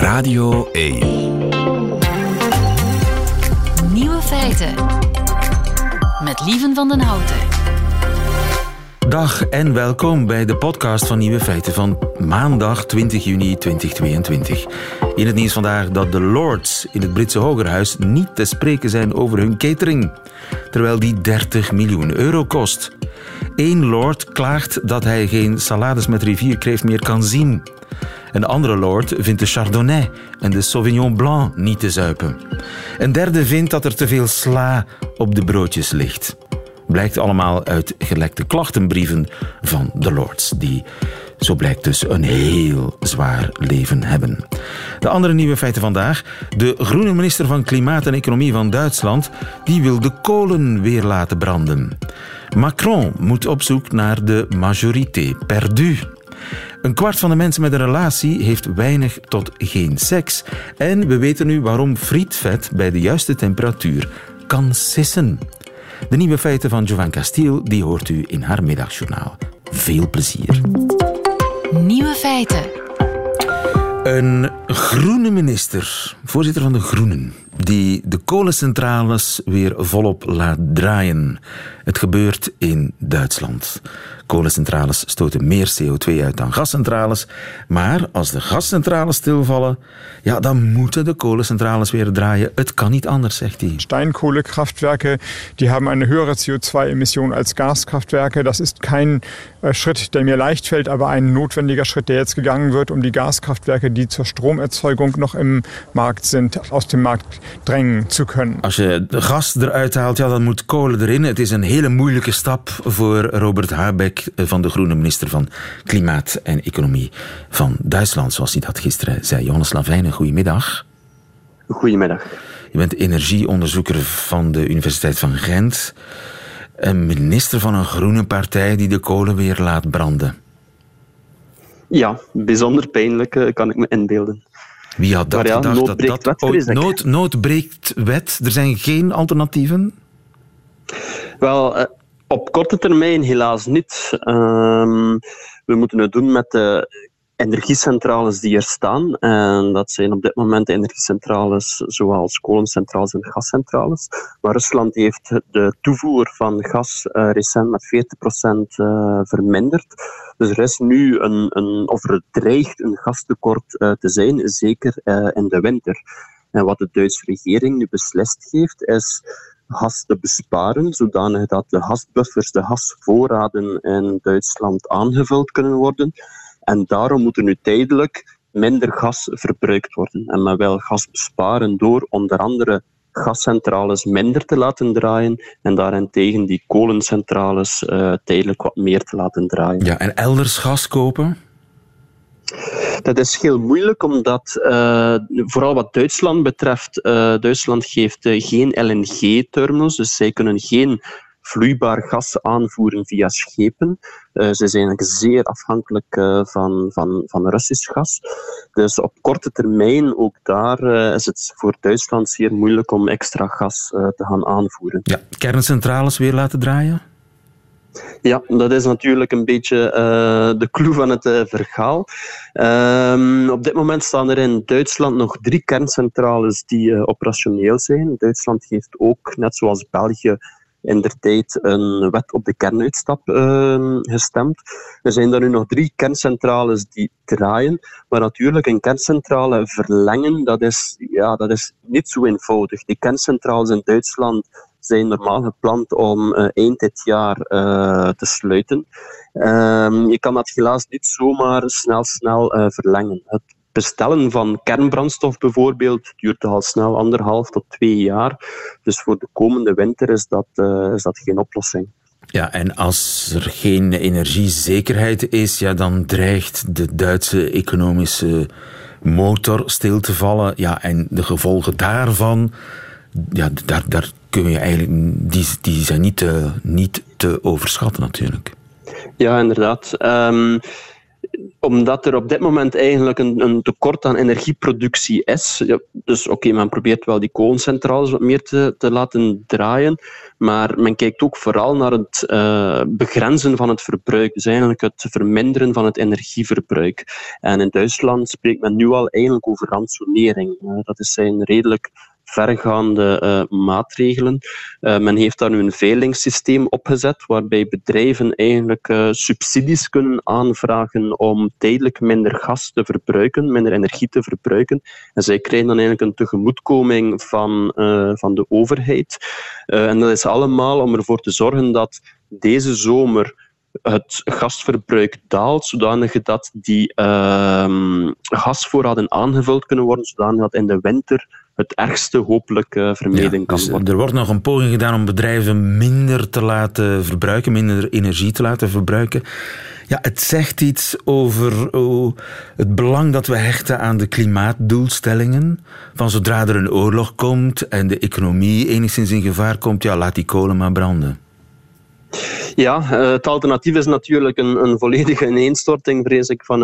Radio 1. Nieuwe feiten. Met Lieven van den Houten. Dag en welkom bij de podcast van Nieuwe Feiten van maandag 20 juni 2022. In het nieuws vandaag dat de Lords in het Britse Hogerhuis niet te spreken zijn over hun catering, terwijl die 30 miljoen euro kost. Eén Lord klaagt dat hij geen salades met rivierkreeft meer kan zien. Een andere Lord vindt de Chardonnay en de Sauvignon Blanc niet te zuipen. Een derde vindt dat er te veel sla op de broodjes ligt. Blijkt allemaal uit gelekte klachtenbrieven van de Lords, die, zo blijkt dus, een heel zwaar leven hebben. De andere nieuwe feiten vandaag. De groene minister van Klimaat en Economie van Duitsland, die wil de kolen weer laten branden. Macron moet op zoek naar de majorité perdue. Een kwart van de mensen met een relatie heeft weinig tot geen seks. En we weten nu waarom frietvet bij de juiste temperatuur kan sissen. De nieuwe feiten van Jovan Castiel, die hoort u in haar middagjournaal. Veel plezier. Nieuwe feiten. Een groene minister, voorzitter van de Groenen, die de kolencentrales weer volop laat draaien. Het gebeurt in Duitsland. Kolencentrales stoten meer CO2 uit dan gascentrales. Maar als de gascentrales stilvallen, ja, dan moeten de kolencentrales weer draaien. Het kan niet anders, zegt hij. Steinkohlekraftwerke, die hebben eine höhere CO2-Emission als Gaskraftwerke. Das ist kein Schritt, der mir leicht fällt, aber ein notwendiger Schritt, der jetzt gegangen wird, um die Gaskraftwerke, die zur Stromerzeugung noch im Markt sind, aus dem Markt drängen zu können. Als je de gas eruit haalt, ja, dan moet kolen erin. Het is een hele moeilijke stap voor Robert Habeck van de groene minister van Klimaat en Economie van Duitsland, zoals hij dat gisteren zei. Johannes Lavijnen, goedemiddag. Goedemiddag. Je bent energieonderzoeker van de Universiteit van Gent. Een minister van een groene partij die de kolen weer laat branden. Ja, bijzonder pijnlijk, kan ik me inbeelden. Wie had dat gedacht? Nood breekt wet. Er zijn geen alternatieven? Wel, op korte termijn helaas niet. We moeten het doen met de energiecentrales die er staan. En dat zijn op dit moment de energiecentrales zoals kolencentrales en gascentrales. Maar Rusland heeft de toevoer van gas recent met 40% verminderd. Dus er is nu er dreigt een gastekort te zijn, zeker in de winter. En wat de Duitse regering nu beslist heeft, is gas te besparen, zodanig dat de gasbuffers, de gasvoorraden in Duitsland aangevuld kunnen worden. En daarom moet er nu tijdelijk minder gas verbruikt worden. En men wil gas besparen door onder andere gascentrales minder te laten draaien en daarentegen die kolencentrales tijdelijk wat meer te laten draaien. Ja, en elders gas kopen? Dat is heel moeilijk, omdat vooral wat Duitsland betreft, Duitsland geeft geen LNG-terminals, dus zij kunnen geen vloeibaar gas aanvoeren via schepen. Ze zijn eigenlijk zeer afhankelijk van Russisch gas. Dus op korte termijn, ook daar is het voor Duitsland zeer moeilijk om extra gas te gaan aanvoeren. Ja, kerncentrales weer laten draaien? Ja, dat is natuurlijk een beetje de clue van het verhaal. Op dit moment staan er in Duitsland nog 3 kerncentrales die operationeel zijn. Duitsland heeft ook, net zoals België, indertijd een wet op de kernuitstap gestemd. Er zijn er nu nog 3 kerncentrales die draaien, maar natuurlijk een kerncentrale verlengen, dat is niet zo eenvoudig. Die kerncentrales in Duitsland zijn normaal gepland om eind dit jaar te sluiten. Je kan dat helaas niet zomaar snel verlengen. Het bestellen van kernbrandstof bijvoorbeeld duurt al snel 1,5 tot 2 jaar. Dus voor de komende winter is dat geen oplossing. Ja, en als er geen energiezekerheid is, ja, dan dreigt de Duitse economische motor stil te vallen. Ja, en de gevolgen daarvan, ja, daar kun je eigenlijk, die zijn niet te overschatten natuurlijk. Ja, inderdaad. Omdat er op dit moment eigenlijk een tekort aan energieproductie is. Ja, dus men probeert wel die kolencentrales wat meer te laten draaien. Maar men kijkt ook vooral naar het begrenzen van het verbruik. Dus eigenlijk het verminderen van het energieverbruik. En in Duitsland spreekt men nu al eigenlijk over ransonering. Dat zijn redelijk vergaande maatregelen. Men heeft daar nu een veilingssysteem opgezet waarbij bedrijven eigenlijk subsidies kunnen aanvragen om tijdelijk minder gas te verbruiken, minder energie te verbruiken. En zij krijgen dan eigenlijk een tegemoetkoming van de overheid. En dat is allemaal om ervoor te zorgen dat deze zomer het gasverbruik daalt, zodanig dat die gasvoorraden aangevuld kunnen worden, zodanig dat in de winter het ergste hopelijk vermeden kan worden. Er wordt nog een poging gedaan om bedrijven minder te laten verbruiken, minder energie te laten verbruiken. Ja, het zegt iets over het belang dat we hechten aan de klimaatdoelstellingen. Van zodra er een oorlog komt en de economie enigszins in gevaar komt, ja, laat die kolen maar branden. Ja, het alternatief is natuurlijk een volledige ineenstorting, vrees ik, van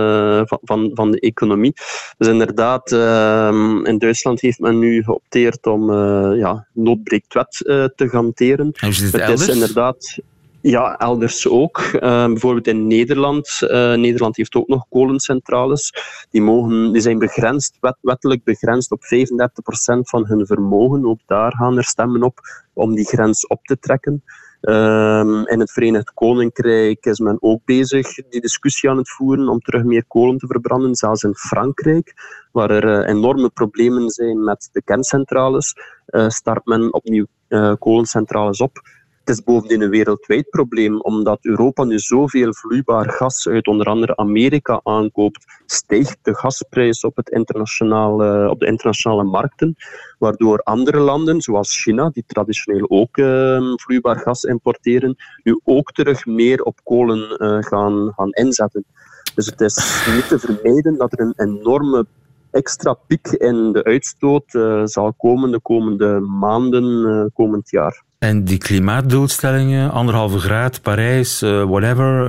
de economie. Dus inderdaad, in Duitsland heeft men nu geopteerd om noodbreektwet te hanteren. En hoe zit het elders? Is inderdaad... Ja, elders ook. Bijvoorbeeld in Nederland. Nederland heeft ook nog kolencentrales. Die zijn begrensd, wettelijk begrensd op 35% van hun vermogen. Ook daar gaan er stemmen op om die grens op te trekken. In het Verenigd Koninkrijk is men ook bezig die discussie aan het voeren om terug meer kolen te verbranden. Zelfs in Frankrijk, waar er enorme problemen zijn met de kerncentrales, start men opnieuw kolencentrales op. Het is bovendien een wereldwijd probleem, omdat Europa nu zoveel vloeibaar gas uit onder andere Amerika aankoopt, stijgt de gasprijs op de internationale markten, waardoor andere landen, zoals China, die traditioneel ook vloeibaar gas importeren, nu ook terug meer op kolen gaan inzetten. Dus het is niet te vermijden dat er een enorme extra piek in de uitstoot zal komen de komende maanden, komend jaar. En die klimaatdoelstellingen, 1,5 graad, Parijs, whatever,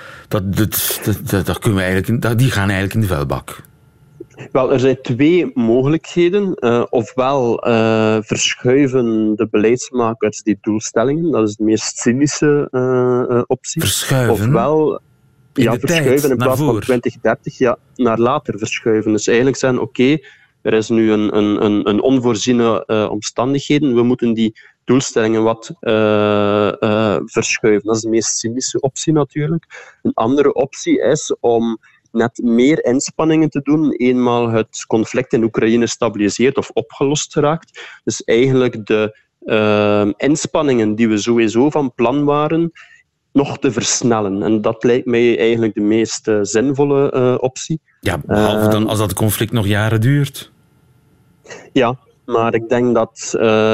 dat kunnen we eigenlijk, die gaan eigenlijk in de vuilbak. Wel, er zijn 2 mogelijkheden. Ofwel verschuiven de beleidsmakers die doelstellingen, dat is de meest cynische optie. Verschuiven? Ofwel... verschuiven in plaats van 2030 naar later verschuiven. Dus eigenlijk zeggen, oké, er is nu een onvoorziene omstandigheden, we moeten die doelstellingen wat verschuiven. Dat is de meest cynische optie natuurlijk. Een andere optie is om net meer inspanningen te doen, eenmaal het conflict in Oekraïne stabiliseert of opgelost geraakt. Dus eigenlijk de inspanningen die we sowieso van plan waren, nog te versnellen. En dat lijkt mij eigenlijk de meest zinvolle optie. Ja, behalve dan als dat conflict nog jaren duurt. Ja, maar ik denk dat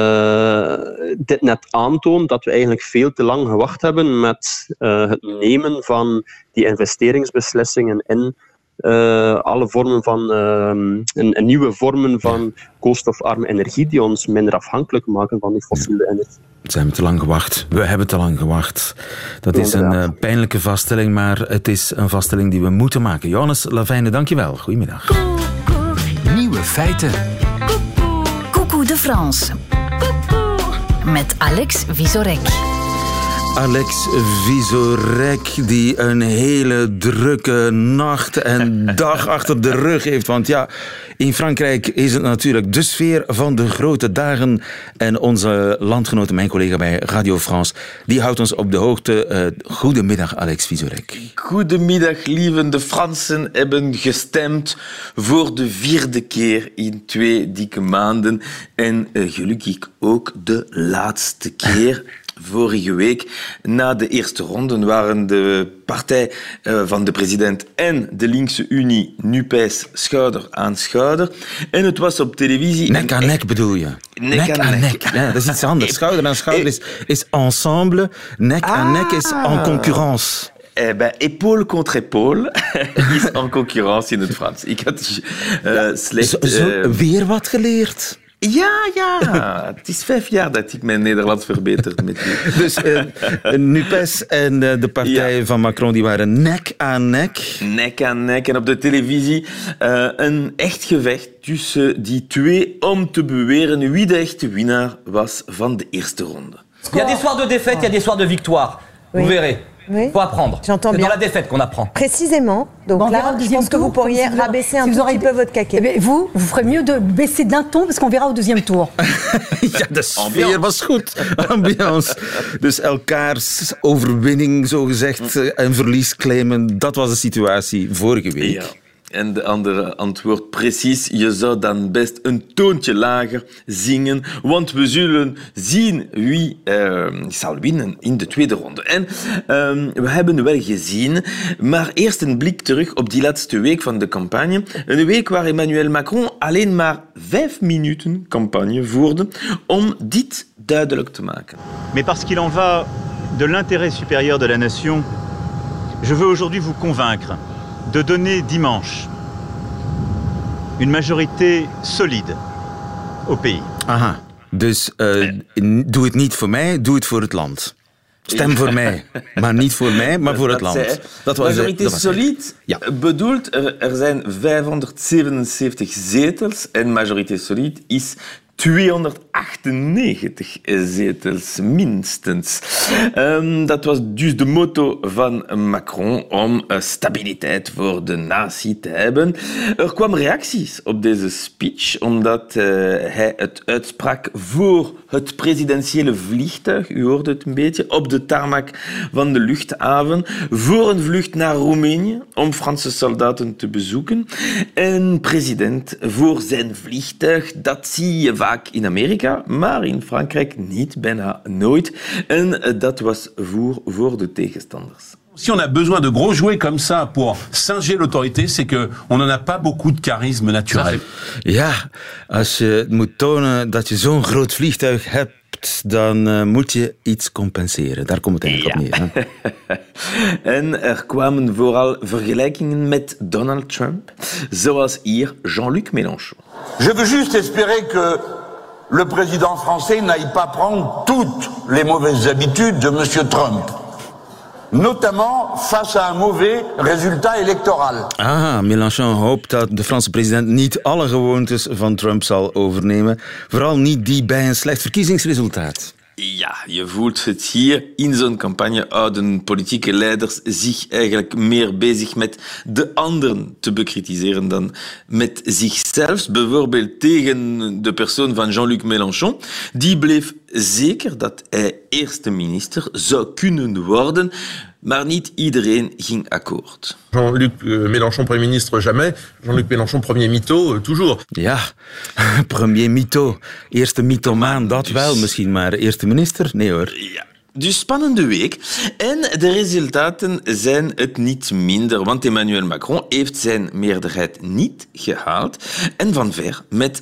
dit net aantoont dat we eigenlijk veel te lang gewacht hebben met het nemen van die investeringsbeslissingen in alle vormen van nieuwe vormen van koolstofarme energie die ons minder afhankelijk maken van die fossiele energie. Zijn we te lang gewacht? We hebben te lang gewacht. Dat is een pijnlijke vaststelling, maar het is een vaststelling die we moeten maken. Johannes Lavijne, dankjewel. Goedemiddag. Nieuwe feiten. Coucou de France. Met Alex Vizorek. Alex Vizorek, die een hele drukke nacht en dag achter de rug heeft. Want ja, in Frankrijk is het natuurlijk de sfeer van de grote dagen. En onze landgenote, mijn collega bij Radio France, die houdt ons op de hoogte. Goedemiddag, Alex Vizorek. Goedemiddag, lieve. De Fransen hebben gestemd voor de 4e keer in 2 dikke maanden. En gelukkig ook de laatste keer. Vorige week, na de eerste ronde, waren de partij van de president en de linkse Unie NUPES schouder aan schouder. En het was op televisie... Nek aan nek bedoel je? Nek aan nek. Ja, dat is iets anders. Schouder aan schouder is ensemble. Nek aan nek is en concurrence. Épaule contre épaule is en concurrence in het Frans. Ik had slecht... Weer wat geleerd. Ja. Het is 5 jaar dat ik mijn Nederlands verbeterd met u. Dus NUPES en de partij van Macron die waren nek aan nek. Nek aan nek. En op de televisie een echt gevecht tussen die 2 om te beweren wie de echte winnaar was van de eerste ronde. Il y a des soirs de défaite, il y a des soirs de victoire. Oui. Vous verrez. Oui. Faut apprendre. J'entends C'est bien. dans la défaite qu'on apprend. Précisément. Donc Bon, on là, verra au je deuxième pense que vous tour, pourriez si vous aurez- rabaisser si un vous tout aurez- petit peu votre caquet. Eh bien, vous ferez mieux de baisser d'un ton, parce qu'on verra au deuxième tour. Ja, de sfeer was goed. Ambiance. Dus elkaars overwinning, zogezegd, en verlies claimen. Dat was de situatie vorige week. Ja. En de andere antwoord precies. Je zou dan best een toontje lager zingen, want we zullen zien wie zal winnen in de tweede ronde. En we hebben wel gezien, maar eerst een blik terug op die laatste week van de campagne. Een week waar Emmanuel Macron alleen maar 5 minuten campagne voerde om dit duidelijk te maken. Mais parce qu'il en va de l'intérêt supérieur de la nation, je veux aujourd'hui vous convaincre de donner dimanche une majorité solide au pays. Aha. Dus doe het niet voor mij, doe het voor het land. Stem voor mij. Maar niet voor mij, maar voor het land. Dat was majorité solide bedoelt, er zijn 577 zetels en majorité solide is 298 zetels minstens. Dat was dus de motto van Macron om stabiliteit voor de natie te hebben. Er kwamen reacties op deze speech, omdat hij het uitsprak voor het presidentiële vliegtuig, u hoorde het een beetje, op de tarmac van de luchthaven, voor een vlucht naar Roemenië om Franse soldaten te bezoeken. En president voor zijn vliegtuig, dat zie je vaak in Amerika, maar in Frankrijk niet, bijna nooit. En dat was voor de tegenstanders. Si on a besoin de gros jouets comme ça pour singer l'autorité, c'est que on n'en a pas beaucoup de charisme naturel. Ja, als je moet tonen dat je zo'n groot vliegtuig hebt, dan moet je iets compenseren. Daar komt het eigenlijk op neer. Hè? En er kwamen vooral vergelijkingen met Donald Trump, zoals hier Jean-Luc Mélenchon. Je veux juste espérer que le président français n'aille pas prendre toutes les mauvaises habitudes de monsieur Trump. Notamment face à un mauvais résultat électoral. Ah, Mélenchon hoopt dat de Franse president niet alle gewoontes van Trump zal overnemen. Vooral niet die bij een slecht verkiezingsresultaat. Ja, je voelt het hier. In zo'n campagne houden politieke leiders zich eigenlijk meer bezig met de anderen te bekritiseren dan met zichzelf. Bijvoorbeeld tegen de persoon van Jean-Luc Mélenchon. Die bleef zeker dat hij eerste minister zou kunnen worden, maar niet iedereen ging akkoord. Jean-Luc Mélenchon, premier ministre, jamais. Jean-Luc Mélenchon, premier mytho, toujours. Ja, premier mytho. Eerste mythomaan, dat wel misschien, maar eerste minister? Nee hoor. Ja. Dus spannende week. En de resultaten zijn het niet minder, want Emmanuel Macron heeft zijn meerderheid niet gehaald. En van ver, met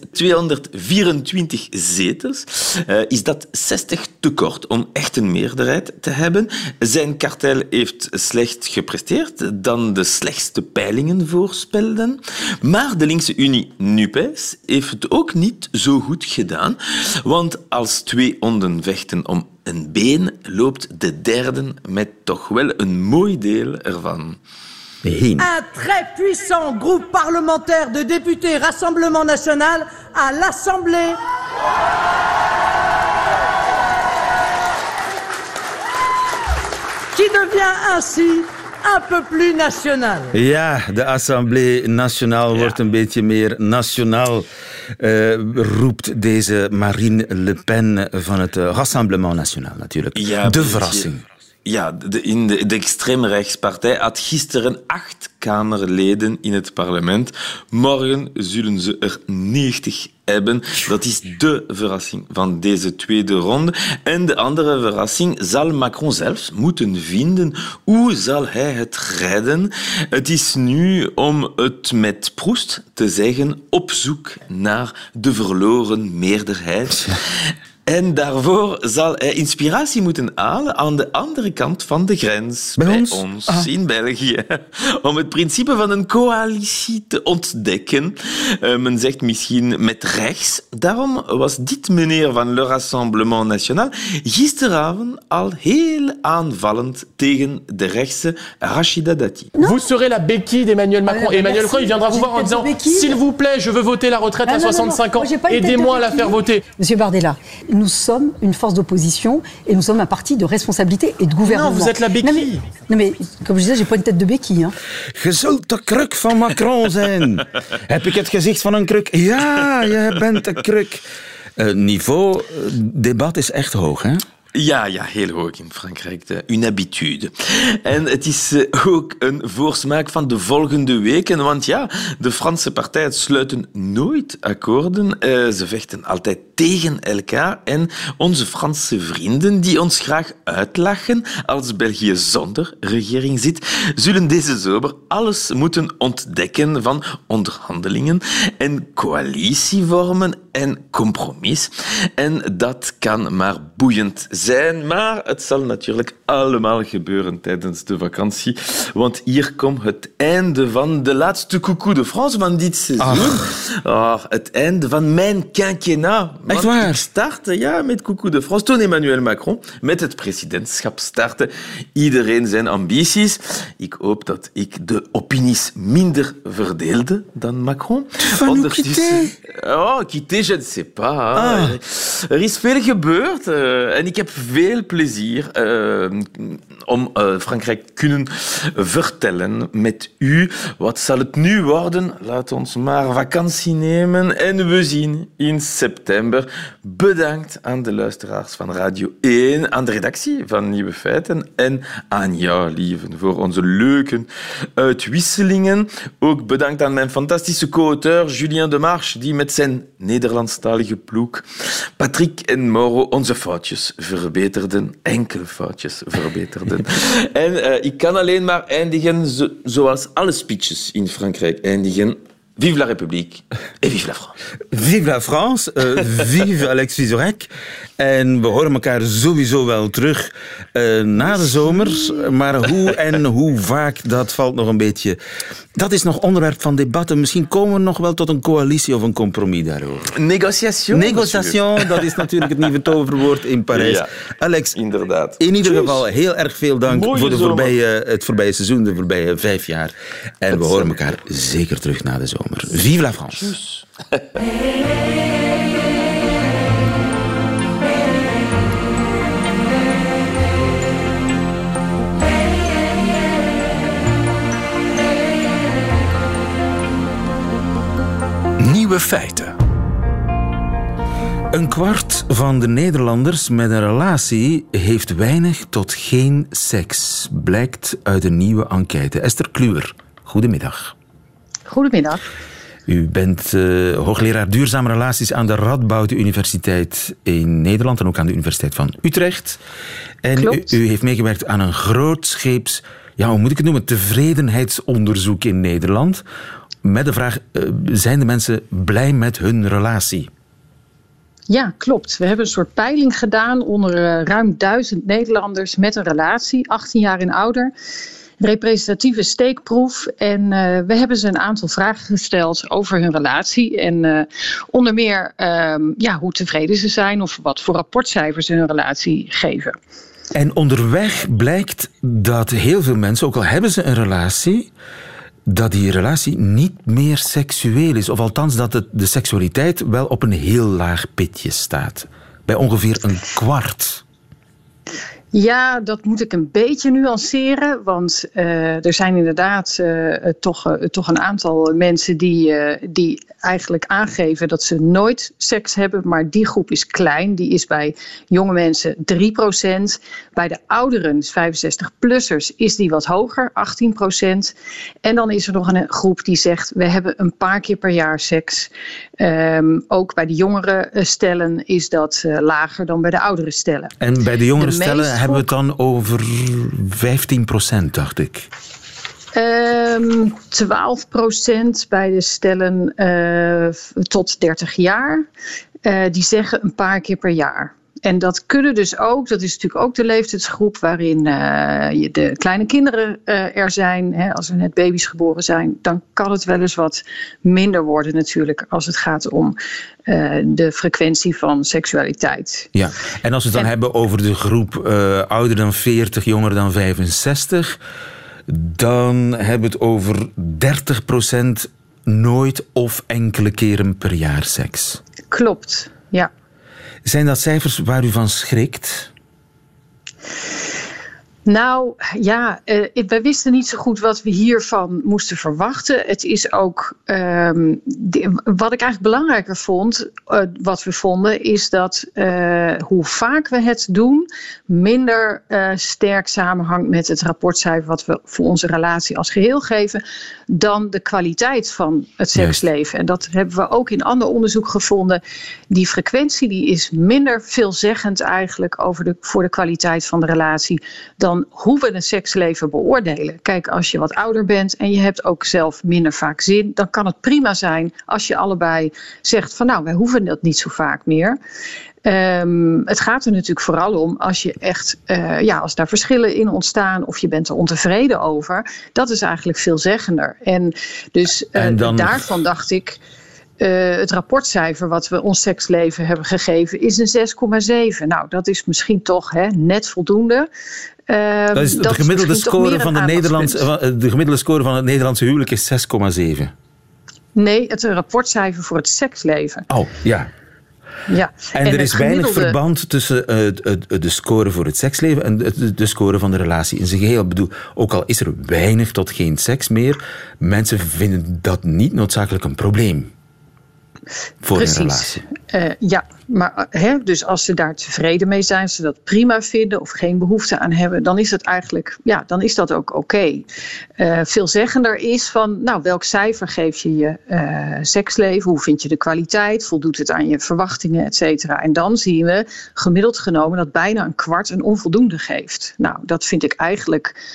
224 zetels, is dat 60 tekort om echt een meerderheid te hebben. Zijn kartel heeft slecht gepresteerd dan de slechtste peilingen voorspelden. Maar de linkse Unie NUPES heeft het ook niet zo goed gedaan, want als twee honden vechten om een been, loopt de derde met toch wel een mooi deel ervan. Un très puissant groupe parlementaire de députés Rassemblement National à l'Assemblée. Qui devient ainsi un peu plus national. Ja, de Assemblée Nationale wordt een beetje meer nationaal, roept deze Marine Le Pen van het Rassemblement National natuurlijk. Ja, de verrassing. Ja, de extreemrechtspartij had gisteren 8 Kamerleden in het parlement. Morgen zullen ze er 90 hebben. Dat is de verrassing van deze tweede ronde. En de andere verrassing zal Macron zelfs moeten vinden. Hoe zal hij het redden? Het is nu, om het met Proust te zeggen, op zoek naar de verloren meerderheid. En daarvoor zal hij inspiratie moeten halen aan de andere kant van de grens. Bij ons in België. Om het principe van een coalitie te ontdekken. Men zegt misschien met rechts. Daarom was dit meneer van Le Rassemblement National gisteravond al heel aanvallend tegen de rechtse Rachida Dati. Vous serez la béquille d'Emmanuel Macron. Et Emmanuel Macron, il viendra vous voir en disant « S'il vous plaît, je veux voter la retraite à 65 ans. Aidez-moi à la faire voter. » Monsieur Bardella, nous sommes une force d'opposition et nous sommes un parti de responsabilité et de gouvernement. Non, vous êtes la béquille. Non mais comme je disais, j'ai pas une tête de béquille. Hein. Je zult de kruk van Macron zijn. Heb ik het gezicht van een kruk? Ja, je bent de kruk. Niveau, debat is echt hoog, hè? Ja, heel hoog in Frankrijk. Une habitude. En het is ook een voorsmaak van de volgende weken, want ja, de Franse partijen sluiten nooit akkoorden. Ze vechten altijd tegen elkaar. En onze Franse vrienden, die ons graag uitlachen als België zonder regering zit, zullen deze zomer alles moeten ontdekken van onderhandelingen en coalitievormen en compromis. En dat kan maar boeiend zijn, maar het zal natuurlijk allemaal gebeuren tijdens de vakantie, want hier komt het einde van de laatste Coucou de France van dit seizoen. Het einde van mijn quinquennat. Echt waar? Ik startte met Coucou de France toen Emmanuel Macron met het presidentschap startte. Iedereen zijn ambities. Ik hoop dat ik de opinies minder verdeelde dan Macron. Quitté, je ne sais pas. Er is veel gebeurd en ik heb veel plezier om Frankrijk kunnen vertellen met u. Wat zal het nu worden? Laat ons maar vakantie nemen en we zien in september. Bedankt aan de luisteraars van Radio 1, aan de redactie van Nieuwe Feiten en aan jou, lieven, voor onze leuke uitwisselingen. Ook bedankt aan mijn fantastische co-auteur Julien Demarche, die met zijn Nederlandstalige ploeg Patrick en Mauro onze foutjes verbeterden. Enkele foutjes verbeterden. En ik kan alleen maar eindigen zoals alle speeches in Frankrijk eindigen. Vive la République et vive la France. Vive la France, vive Alex Vizorek. En we horen elkaar sowieso wel terug na de zomer. Maar hoe en hoe vaak, dat valt nog een beetje... Dat is nog onderwerp van debatten. Misschien komen we nog wel tot een coalitie of een compromis daarover. Négociation, dat is natuurlijk het nieuwe toverwoord in Parijs. Ja, Alex, inderdaad. In ieder geval heel erg veel dank voor het voorbije seizoen, de voorbije 5 jaar. En we horen elkaar zeker terug na de zomer. Vive la France. Nieuwe feiten. Een kwart van de Nederlanders met een relatie heeft weinig tot geen seks, blijkt uit een nieuwe enquête. Esther Kluwer, goedemiddag. Goedemiddag. U bent hoogleraar duurzame relaties aan de Radboud Universiteit in Nederland en ook aan de Universiteit van Utrecht. En u heeft meegewerkt aan een grootscheeps, hoe moet ik het noemen, tevredenheidsonderzoek in Nederland. Met de vraag, zijn de mensen blij met hun relatie? Ja, klopt. We hebben een soort peiling gedaan onder ruim 1000 Nederlanders met een relatie, 18 jaar en ouder. Representatieve steekproef. En we hebben ze een aantal vragen gesteld over hun relatie. En onder meer hoe tevreden ze zijn of wat voor rapportcijfers ze hun relatie geven. En onderweg blijkt dat heel veel mensen, ook al hebben ze een relatie, dat die relatie niet meer seksueel is. Of althans dat de seksualiteit wel op een heel laag pitje staat. Bij ongeveer een kwart. Ja, dat moet ik een beetje nuanceren. Want er zijn inderdaad toch een aantal mensen die eigenlijk aangeven dat ze nooit seks hebben. Maar die groep is klein. Die is bij jonge mensen 3%. Bij de ouderen, dus 65-plussers, is die wat hoger, 18%. En dan is er nog een groep die zegt, we hebben een paar keer per jaar seks. Ook bij de jongere stellen is dat lager dan bij de oudere stellen. En bij de jongere stellen hebben we het dan over 15%, dacht ik. 12% bij de stellen tot 30 jaar. Die zeggen een paar keer per jaar. En dat kunnen dus ook, dat is natuurlijk ook de leeftijdsgroep waarin de kleine kinderen er zijn. Hè, als er net baby's geboren zijn, dan kan het wel eens wat minder worden natuurlijk als het gaat om de frequentie van seksualiteit. Ja, en als we het dan hebben over de groep ouder dan 40, jonger dan 65, dan hebben we het over 30% nooit of enkele keren per jaar seks. Klopt, ja. Zijn dat cijfers waar u van schrikt? Nou ja, wij wisten niet zo goed wat we hiervan moesten verwachten. Het is ook, wat ik eigenlijk belangrijker vond, wat we vonden, is dat hoe vaak we het doen, minder sterk samenhangt met het rapportcijfer wat we voor onze relatie als geheel geven, dan de kwaliteit van het seksleven. En dat hebben we ook in ander onderzoek gevonden. Die frequentie die is minder veelzeggend eigenlijk voor de kwaliteit van de relatie dan hoe we het seksleven beoordelen. Kijk, als je wat ouder bent en je hebt ook zelf minder vaak zin, dan kan het prima zijn als je allebei zegt van nou, wij hoeven dat niet zo vaak meer. Het gaat er natuurlijk vooral om als je echt, als daar verschillen in ontstaan of je bent er ontevreden over, dat is eigenlijk veelzeggender. En dus daarvan dacht ik, het rapportcijfer wat we ons seksleven hebben gegeven is een 6,7. Nou, dat is misschien toch net voldoende. Dat is de gemiddelde score van de gemiddelde score van het Nederlandse huwelijk is 6,7. Nee, het rapportcijfer voor het seksleven. Oh, ja. Ja. En er is weinig verband tussen de score voor het seksleven en de score van de relatie in zijn geheel. Ik bedoel, ook al is er weinig tot geen seks meer, mensen vinden dat niet noodzakelijk een probleem. Voor een relatie. Ja, maar dus als ze daar tevreden mee zijn, als ze dat prima vinden of geen behoefte aan hebben, dan is het eigenlijk, dan is dat ook oké. Veelzeggender is van, nou, welk cijfer geef je je seksleven? Hoe vind je de kwaliteit? Voldoet het aan je verwachtingen, et cetera? En dan zien we gemiddeld genomen dat bijna een kwart een onvoldoende geeft. Nou, dat vind ik eigenlijk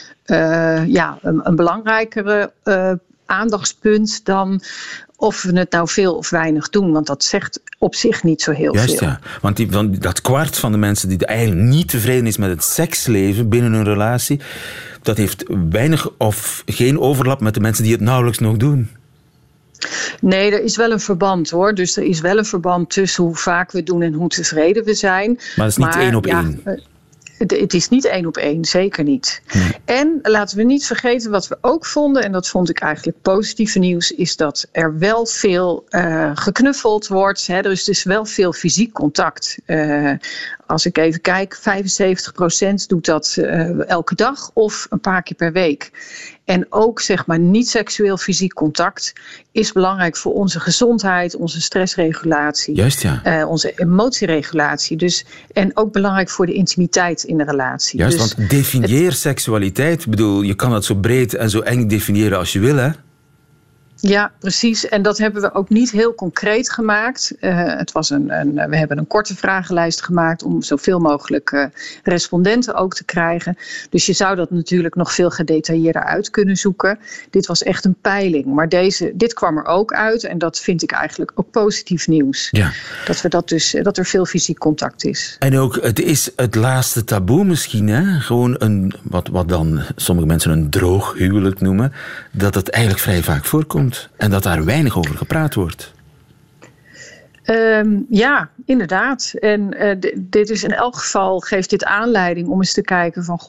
een belangrijkere aandachtspunt dan of we het nou veel of weinig doen. Want dat zegt op zich niet zo heel veel. Ja. Want dat kwart van de mensen die eigenlijk niet tevreden is met het seksleven binnen hun relatie, dat heeft weinig of geen overlap met de mensen die het nauwelijks nog doen. Nee, er is wel een verband hoor. Dus er is wel een verband tussen hoe vaak we doen en hoe tevreden we zijn. Maar dat is niet 1 op 1. Het is niet 1 op 1, zeker niet. Nee. En laten we niet vergeten wat we ook vonden, en dat vond ik eigenlijk positieve nieuws, is dat er wel veel geknuffeld wordt. Hè. Er is dus wel veel fysiek contact. Als ik even kijk, 75% doet dat elke dag of een paar keer per week. En ook zeg maar niet seksueel fysiek contact is belangrijk voor onze gezondheid, onze stressregulatie, juist, ja. Onze emotieregulatie. Dus, en ook belangrijk voor de intimiteit in de relatie. Juist, dus want definieer seksualiteit. Ik bedoel, je kan het zo breed en zo eng definiëren als je wil, hè? Ja, precies. En dat hebben we ook niet heel concreet gemaakt. We hebben een korte vragenlijst gemaakt om zoveel mogelijk respondenten ook te krijgen. Dus je zou dat natuurlijk nog veel gedetailleerder uit kunnen zoeken. Dit was echt een peiling. Maar dit kwam er ook uit. En dat vind ik eigenlijk ook positief nieuws. Ja. Dat er veel fysiek contact is. En ook, het is het laatste taboe misschien, hè? Gewoon wat dan sommige mensen een droog huwelijk noemen. Dat het eigenlijk vrij vaak voorkomt. En dat daar weinig over gepraat wordt. Ja, inderdaad. En dit is in elk geval, geeft dit aanleiding om eens te kijken van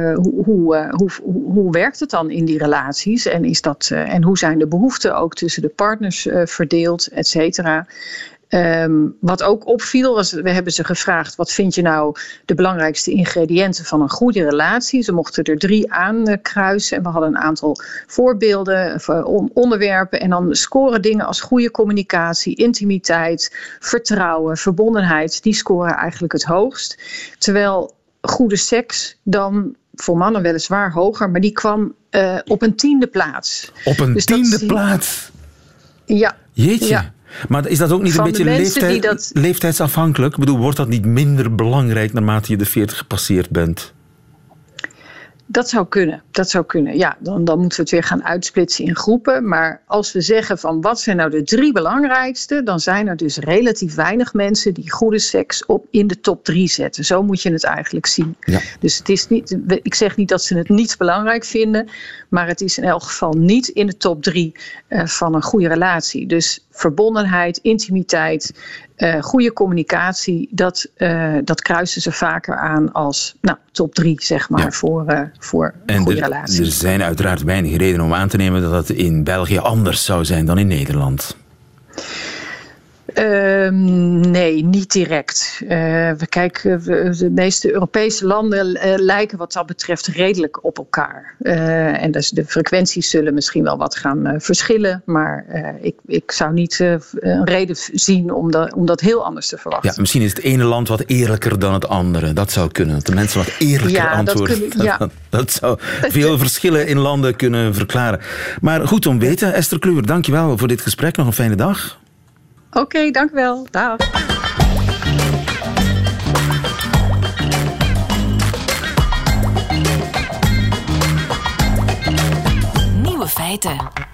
hoe werkt het dan in die relaties? En hoe zijn de behoeften ook tussen de partners verdeeld, et cetera. Wat ook opviel was, we hebben ze gevraagd, wat vind je nou de belangrijkste ingrediënten van een goede relatie? Ze mochten er 3 aankruisen en we hadden een aantal voorbeelden, onderwerpen en dan scoren dingen als goede communicatie, intimiteit, vertrouwen, verbondenheid, die scoren eigenlijk het hoogst. Terwijl goede seks dan voor mannen weliswaar hoger, maar die kwam op een 10e plaats. Op een 10e plaats? Ja. Jeetje. Ja. Maar is dat ook niet een beetje leeftijdsafhankelijk? Ik bedoel, wordt dat niet minder belangrijk naarmate je de 40 gepasseerd bent? Dat zou kunnen. Ja, dan moeten we het weer gaan uitsplitsen in groepen. Maar als we zeggen van wat zijn nou de 3 belangrijkste, dan zijn er dus relatief weinig mensen die goede seks in de top 3 zetten. Zo moet je het eigenlijk zien. Ja. Dus het is niet, ik zeg niet dat ze het niet belangrijk vinden, maar het is in elk geval niet in de top 3 van een goede relatie. Dus verbondenheid, intimiteit, goede communicatie, dat kruisen ze vaker aan als top 3, zeg maar, voor een goede relatie. Er zijn uiteraard weinig redenen om aan te nemen dat het in België anders zou zijn dan in Nederland. Nee, niet direct. De meeste Europese landen lijken wat dat betreft redelijk op elkaar. En dus de frequenties zullen misschien wel wat gaan verschillen. Maar ik zou niet een reden zien om dat heel anders te verwachten. Ja, misschien is het ene land wat eerlijker dan het andere. Dat zou kunnen. Dat de mensen wat eerlijker antwoorden. Dat zou veel verschillen in landen kunnen verklaren. Maar goed om weten. Esther Kluwer, dankjewel voor dit gesprek. Nog een fijne dag. Oké, dank wel. Dag. Nieuwe feiten.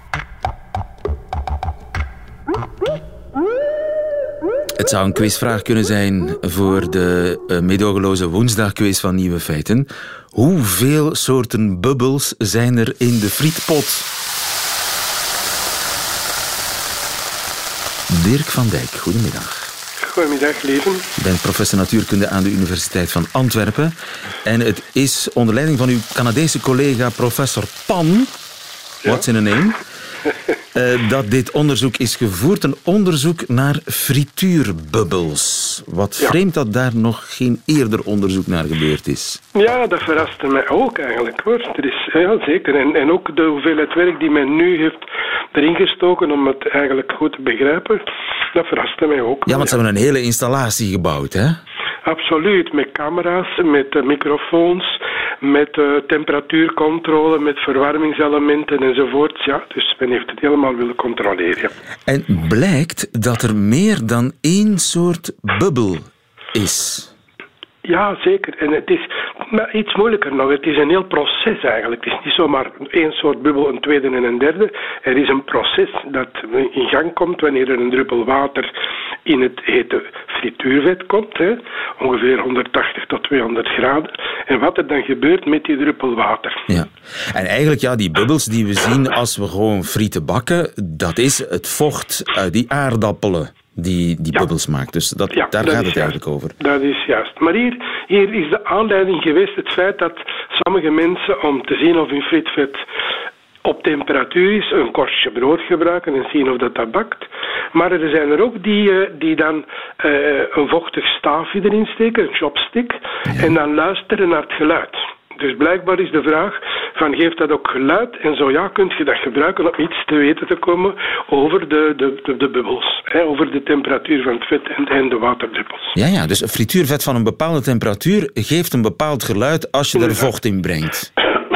Het zou een quizvraag kunnen zijn voor de meedogenloze woensdagquiz van Nieuwe Feiten. Hoeveel soorten bubbels zijn er in de frietpot? Dirk van Dijk, goedemiddag. Goedemiddag, leven. Je bent professor natuurkunde aan de Universiteit van Antwerpen. En het is onder leiding van uw Canadese collega professor Pan, what's in a name, dat dit onderzoek is gevoerd. Een onderzoek naar frituurbubbels. Wat vreemd dat daar nog geen eerder onderzoek naar gebeurd is. Ja, dat verraste mij ook eigenlijk, hoor. Er is, ja, zeker. En ook de hoeveelheid werk die men nu heeft erin gestoken om het eigenlijk goed te begrijpen, dat verraste mij ook. Ja, want ze hebben een hele installatie gebouwd, hè? Absoluut, met camera's, met microfoons, met temperatuurcontrole, met verwarmingselementen enzovoort. Ja, dus men heeft het helemaal willen controleren. Ja. En blijkt dat er meer dan één soort bubbel is. Ja, zeker. En het is maar iets moeilijker nog. Het is een heel proces eigenlijk. Het is niet zomaar één soort bubbel, een tweede en een derde. Er is een proces dat in gang komt wanneer er een druppel water in het hete frituurvet komt. Hè. Ongeveer 180 tot 200 graden. En wat er dan gebeurt met die druppel water. Ja. En eigenlijk, ja, die bubbels die we zien als we gewoon frieten bakken, dat is het vocht uit die aardappelen die bubbels maakt. Dus daar gaat het eigenlijk over. Dat is juist. Maar hier is de aanleiding geweest het feit dat sommige mensen, om te zien of hun frietvet op temperatuur is, een korstje brood gebruiken en zien of dat bakt. Maar er zijn er ook die dan een vochtig staafje erin steken, een chopstick, en dan luisteren naar het geluid. Dus blijkbaar is de vraag van, geeft dat ook geluid? En zo ja, kun je dat gebruiken om iets te weten te komen over de bubbels. Hè, over de temperatuur van het vet en de waterdruppels. Ja, dus een frituurvet van een bepaalde temperatuur geeft een bepaald geluid als je er vocht in brengt.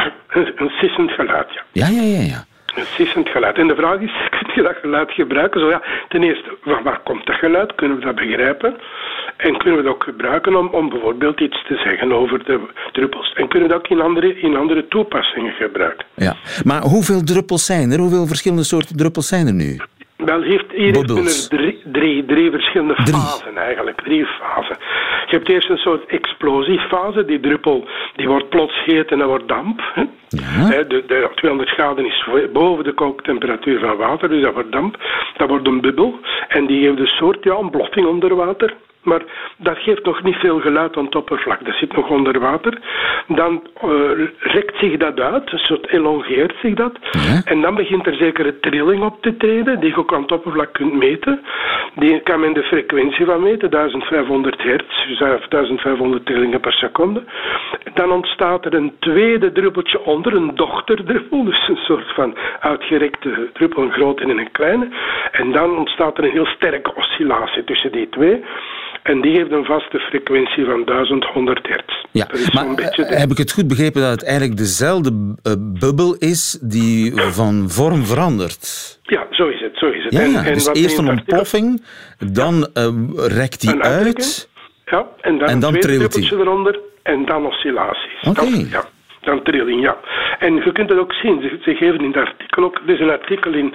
Een sissend geluid, ja. Ja. Een sissend geluid. En de vraag is, kun je dat geluid gebruiken? Zo ja, ten eerste, waar komt dat geluid? Kunnen we dat begrijpen? En kunnen we dat ook gebruiken om bijvoorbeeld iets te zeggen over de druppels? En kunnen we dat ook in andere toepassingen gebruiken? Ja, maar hoeveel druppels zijn er? Hoeveel verschillende soorten druppels zijn er nu? Wel, hier heeft men er drie verschillende fasen eigenlijk. 3 fasen. Je hebt eerst een soort explosiefase. Die druppel die wordt plots heet en dat wordt damp. Hè. Ja. De 200 graden is boven de kooktemperatuur van water, dus dat wordt damp. Dat wordt een bubbel. En die heeft een soort ontploffing onder water. Maar dat geeft nog niet veel geluid aan het oppervlak. Dat zit nog onder water. Dan rekt zich dat uit, een soort elongeert zich dat. Ja. En dan begint er zekere trilling op te treden, die je ook aan het oppervlak kunt meten. Die kan men de frequentie van meten, 1500 hertz, dus 1500 trillingen per seconde. Dan ontstaat er een tweede druppeltje onder, een dochterdruppel, dus een soort van uitgerekte druppel, een grote en een kleine. En dan ontstaat er een heel sterke oscillatie tussen die twee. En die heeft een vaste frequentie van 1100 hertz. Ja, maar heb ik het goed begrepen dat het eigenlijk dezelfde bubbel is die van vorm verandert? Ja, zo is het. Ja, dus eerst een ontploffing, dan rekt die uit. Ja, en dan een tweede druppeltje eronder en dan oscillaties. Oké. Dan trilling, ja. En je kunt het ook zien, ze geven in het artikel ook, er is een artikel in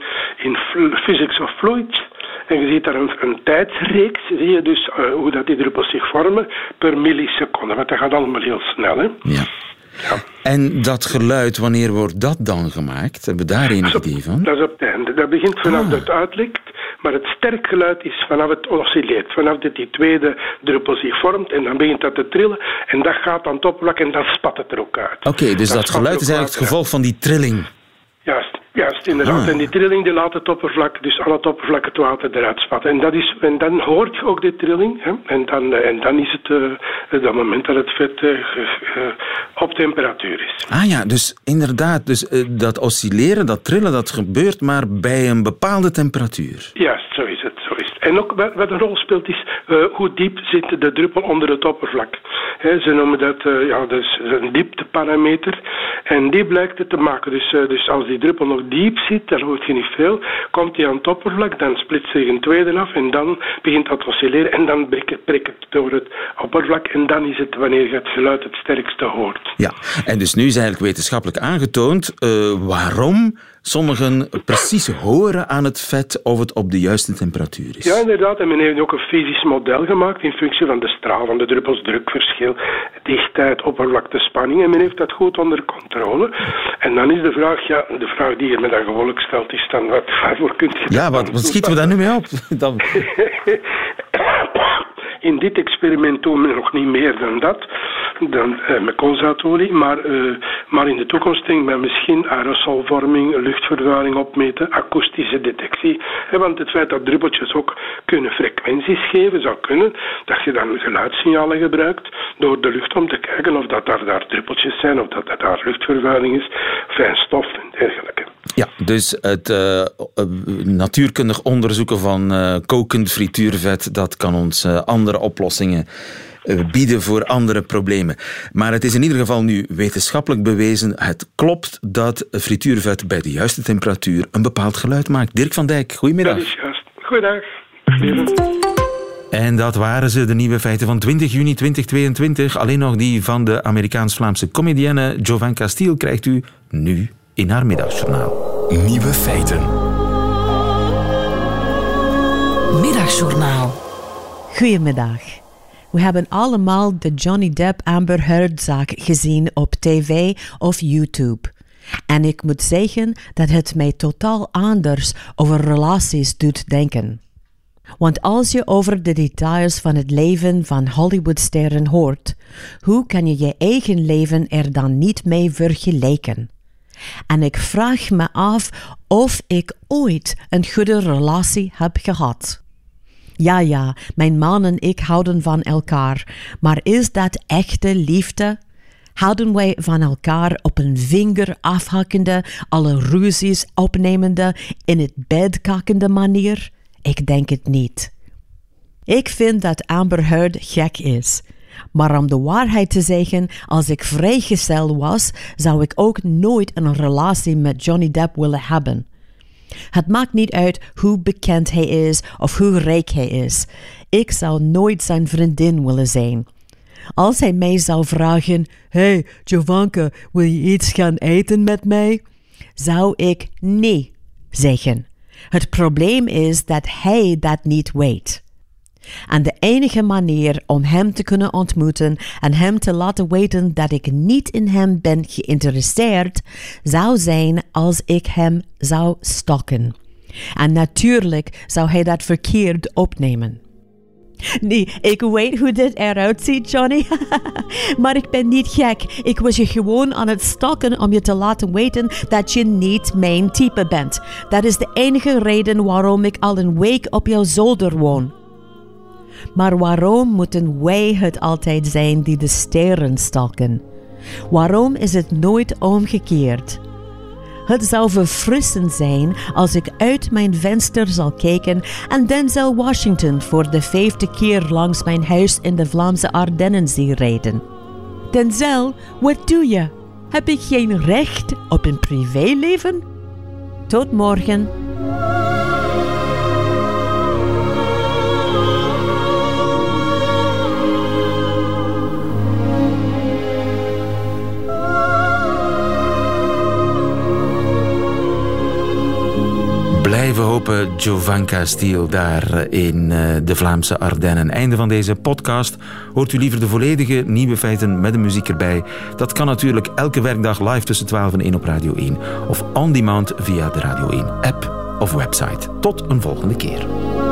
Physics of Fluids. En je ziet daar een tijdsreeks, zie je dus hoe dat die druppels zich vormen per milliseconde. Want dat gaat allemaal heel snel, hè. Ja. En dat geluid, wanneer wordt dat dan gemaakt? Hebben we daar enig idee van? Dat is op het einde. Dat begint vanaf dat het uitlekt, maar het sterk geluid is vanaf het oscilleert. Vanaf dat die tweede druppel zich vormt en dan begint dat te trillen en dat gaat aan het oppervlak en dan spat het er ook uit. Oké, dus dat geluid is eigenlijk het gevolg van die trilling. Juist. Juist, inderdaad. En die trilling die laat het oppervlak, dus aan het oppervlak het water eruit spatten. En dan hoort je ook die trilling. Hè? En dan is het dat moment dat het vet op temperatuur is. Ah ja, dus inderdaad. Dus dat oscilleren, dat trillen, dat gebeurt maar bij een bepaalde temperatuur. Juist, zo is het. En ook wat een rol speelt is hoe diep zit de druppel onder het oppervlak. Ze noemen dat, dat is een diepteparameter. En die blijkt het te maken. Dus als die druppel nog diep zit, daar hoort je niet veel, komt die aan het oppervlak, dan splitst zich een tweede af en dan begint dat te oscilleren en dan prikt het door het oppervlak en dan is het wanneer je het geluid het sterkste hoort. Ja, en dus nu is eigenlijk wetenschappelijk aangetoond waarom sommigen precies horen aan het vet of het op de juiste temperatuur is. Ja, inderdaad. En men heeft ook een fysisch model gemaakt in functie van de straal, van de druppels, drukverschil, dichtheid, oppervlaktespanning. En men heeft dat goed onder controle. En dan is de vraag die je me dan gewoonlijk stelt, is dan waarvoor kunt je... Ja, wat schieten we daar nu mee op? Dan... In dit experiment doen we nog niet meer dan dat, met koolzaadolie, maar in de toekomst denken we misschien aerosolvorming, luchtvervuiling opmeten, akoestische detectie. Want het feit dat druppeltjes ook kunnen frequenties geven, zou kunnen dat je dan geluidssignalen gebruikt door de lucht om te kijken of dat daar druppeltjes zijn, of dat daar luchtvervuiling is, fijnstof en dergelijke. Ja, dus het natuurkundig onderzoeken van kokend frituurvet, dat kan ons andere oplossingen bieden voor andere problemen. Maar het is in ieder geval nu wetenschappelijk bewezen, het klopt dat frituurvet bij de juiste temperatuur een bepaald geluid maakt. Dirk van Dijk, goedemiddag. Dat is juist. Goeiedag. En dat waren ze, de nieuwe feiten van 20 juni 2022. Alleen nog die van de Amerikaans-Vlaamse comedienne Jovanka Stiel krijgt u nu in haar middagjournaal. Nieuwe feiten. Middagjournaal. Goedemiddag. We hebben allemaal de Johnny Depp-Amber Heard-zaak gezien op tv of YouTube. En ik moet zeggen dat het mij totaal anders over relaties doet denken. Want als je over de details van het leven van Hollywoodsterren hoort, hoe kan je je eigen leven er dan niet mee vergelijken? En ik vraag me af of ik ooit een goede relatie heb gehad. Ja, mijn man en ik houden van elkaar, maar is dat echte liefde? Houden wij van elkaar op een vinger afhakkende, alle ruzies opnemende, in het bed kakkende manier? Ik denk het niet. Ik vind dat Amber Heard gek is. Maar om de waarheid te zeggen, als ik vrijgezel was, zou ik ook nooit een relatie met Johnny Depp willen hebben. Het maakt niet uit hoe bekend hij is of hoe rijk hij is. Ik zou nooit zijn vriendin willen zijn. Als hij mij zou vragen, hey, Jovanka, wil je iets gaan eten met mij? Zou ik nee zeggen. Het probleem is dat hij dat niet weet. En de enige manier om hem te kunnen ontmoeten en hem te laten weten dat ik niet in hem ben geïnteresseerd, zou zijn als ik hem zou stalken. En natuurlijk zou hij dat verkeerd opnemen. Nee, ik weet hoe dit eruit ziet, Johnny. Maar ik ben niet gek. Ik was je gewoon aan het stalken om je te laten weten dat je niet mijn type bent. Dat is de enige reden waarom ik al een week op jouw zolder woon. Maar waarom moeten wij het altijd zijn die de sterren stalken? Waarom is het nooit omgekeerd? Het zou verfrissend zijn als ik uit mijn venster zal kijken en Denzel Washington voor de 5e keer langs mijn huis in de Vlaamse Ardennen zie rijden. Denzel, wat doe je? Heb ik geen recht op een privéleven? Tot morgen. Blijven hopen, Jovanka Stiel, daar in de Vlaamse Ardennen. Einde van deze podcast. Hoort u liever de volledige nieuwe feiten met de muziek erbij? Dat kan natuurlijk elke werkdag live tussen 12 en 1 op Radio 1. Of on demand via de Radio 1 app of website. Tot een volgende keer.